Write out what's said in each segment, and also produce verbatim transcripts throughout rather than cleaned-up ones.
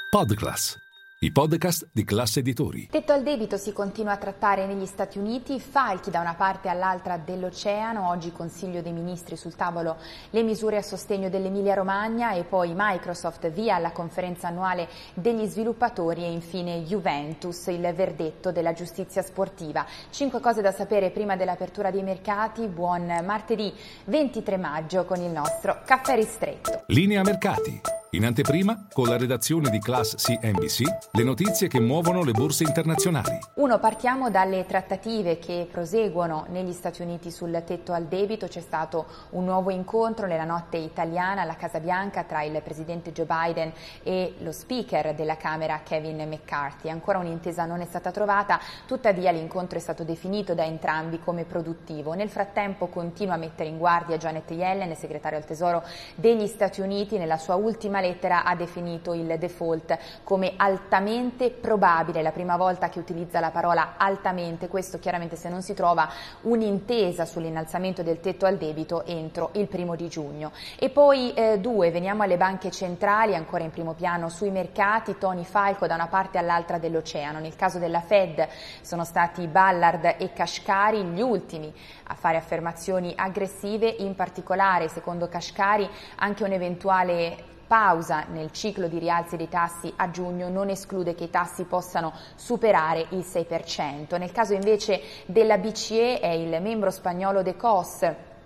Podclass, i podcast di Class Editori. Tetto al debito si continua a trattare negli Stati Uniti, falchi da una parte all'altra dell'oceano, oggi Consiglio dei Ministri sul tavolo le misure a sostegno dell'Emilia Romagna e poi Microsoft via alla conferenza annuale degli sviluppatori e infine Juventus, il verdetto della giustizia sportiva. Cinque cose da sapere prima dell'apertura dei mercati. Buon martedì ventitré maggio con il nostro caffè ristretto. Linea mercati. In anteprima, con la redazione di Class C N B C, le notizie che muovono le borse internazionali. Uno, partiamo dalle trattative che proseguono negli Stati Uniti sul tetto al debito. C'è stato un nuovo incontro nella notte italiana alla Casa Bianca tra il presidente Joe Biden e lo speaker della Camera Kevin McCarthy. Ancora un'intesa non è stata trovata, tuttavia l'incontro è stato definito da entrambi come produttivo. Nel frattempo continua a mettere in guardia Janet Yellen, segretario al Tesoro degli Stati Uniti. Nella sua ultima lettera ha definito il default come altamente probabile, la prima volta che utilizza la parola altamente, questo chiaramente se non si trova un'intesa sull'innalzamento del tetto al debito entro il primo di giugno. E poi eh, due, veniamo alle banche centrali, ancora in primo piano sui mercati, Tony Falco da una parte all'altra dell'oceano. Nel caso della Fed sono stati Ballard e Kashkari gli ultimi a fare affermazioni aggressive, in particolare secondo Kashkari anche un'eventuale pausa nel ciclo di rialzi dei tassi a giugno non esclude che i tassi possano superare il sei per cento. Nel caso invece della B C E è il membro spagnolo De Cos,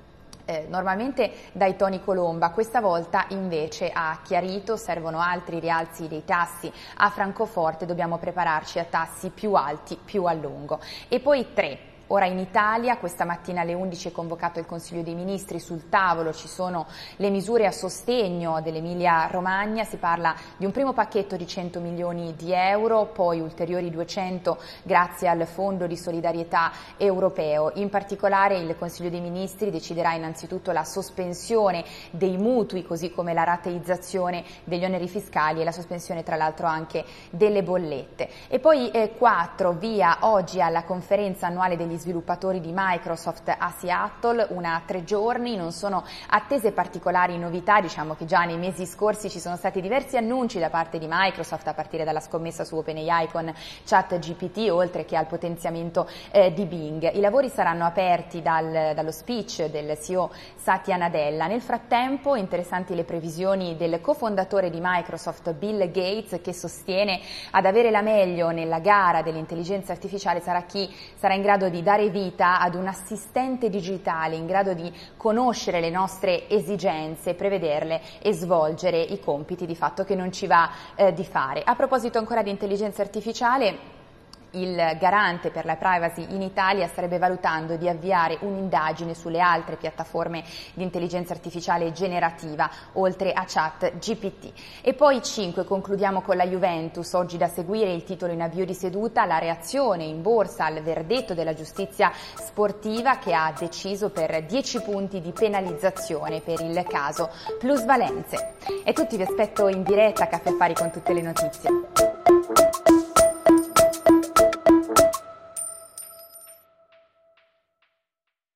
Eh, normalmente dai toni colomba, questa volta invece ha chiarito servono altri rialzi dei tassi a Francoforte, dobbiamo prepararci a tassi più alti più a lungo. E poi tre. Ora in Italia, questa mattina alle undici è convocato il Consiglio dei Ministri, sul tavolo ci sono le misure a sostegno dell'Emilia Romagna, si parla di un primo pacchetto di cento milioni di euro, poi ulteriori duecento grazie al Fondo di Solidarietà Europeo. In particolare il Consiglio dei Ministri deciderà innanzitutto la sospensione dei mutui, così come la rateizzazione degli oneri fiscali e la sospensione tra l'altro anche delle bollette. E poi eh, quattro, via oggi alla conferenza annuale degli sviluppatori di Microsoft a Seattle, una tre giorni, non sono attese particolari novità, diciamo che già nei mesi scorsi ci sono stati diversi annunci da parte di Microsoft a partire dalla scommessa su OpenAI con ChatGPT oltre che al potenziamento eh, di Bing. I lavori saranno aperti dal, dallo speech del C E O Satya Nadella. Nel frattempo interessanti le previsioni del cofondatore di Microsoft Bill Gates, che sostiene ad avere la meglio nella gara dell'intelligenza artificiale sarà chi sarà in grado di dare vita ad un assistente digitale in grado di conoscere le nostre esigenze, prevederle e svolgere i compiti di fatto che non ci va eh, di fare. A proposito ancora di intelligenza artificiale, il garante per la privacy in Italia starebbe valutando di avviare un'indagine sulle altre piattaforme di intelligenza artificiale generativa, oltre a ChatGPT. E poi cinque, concludiamo con la Juventus, oggi da seguire il titolo in avvio di seduta, la reazione in borsa al verdetto della giustizia sportiva che ha deciso per dieci punti di penalizzazione per il caso plusvalenze. E tutti vi aspetto in diretta a Caffè Affari con tutte le notizie.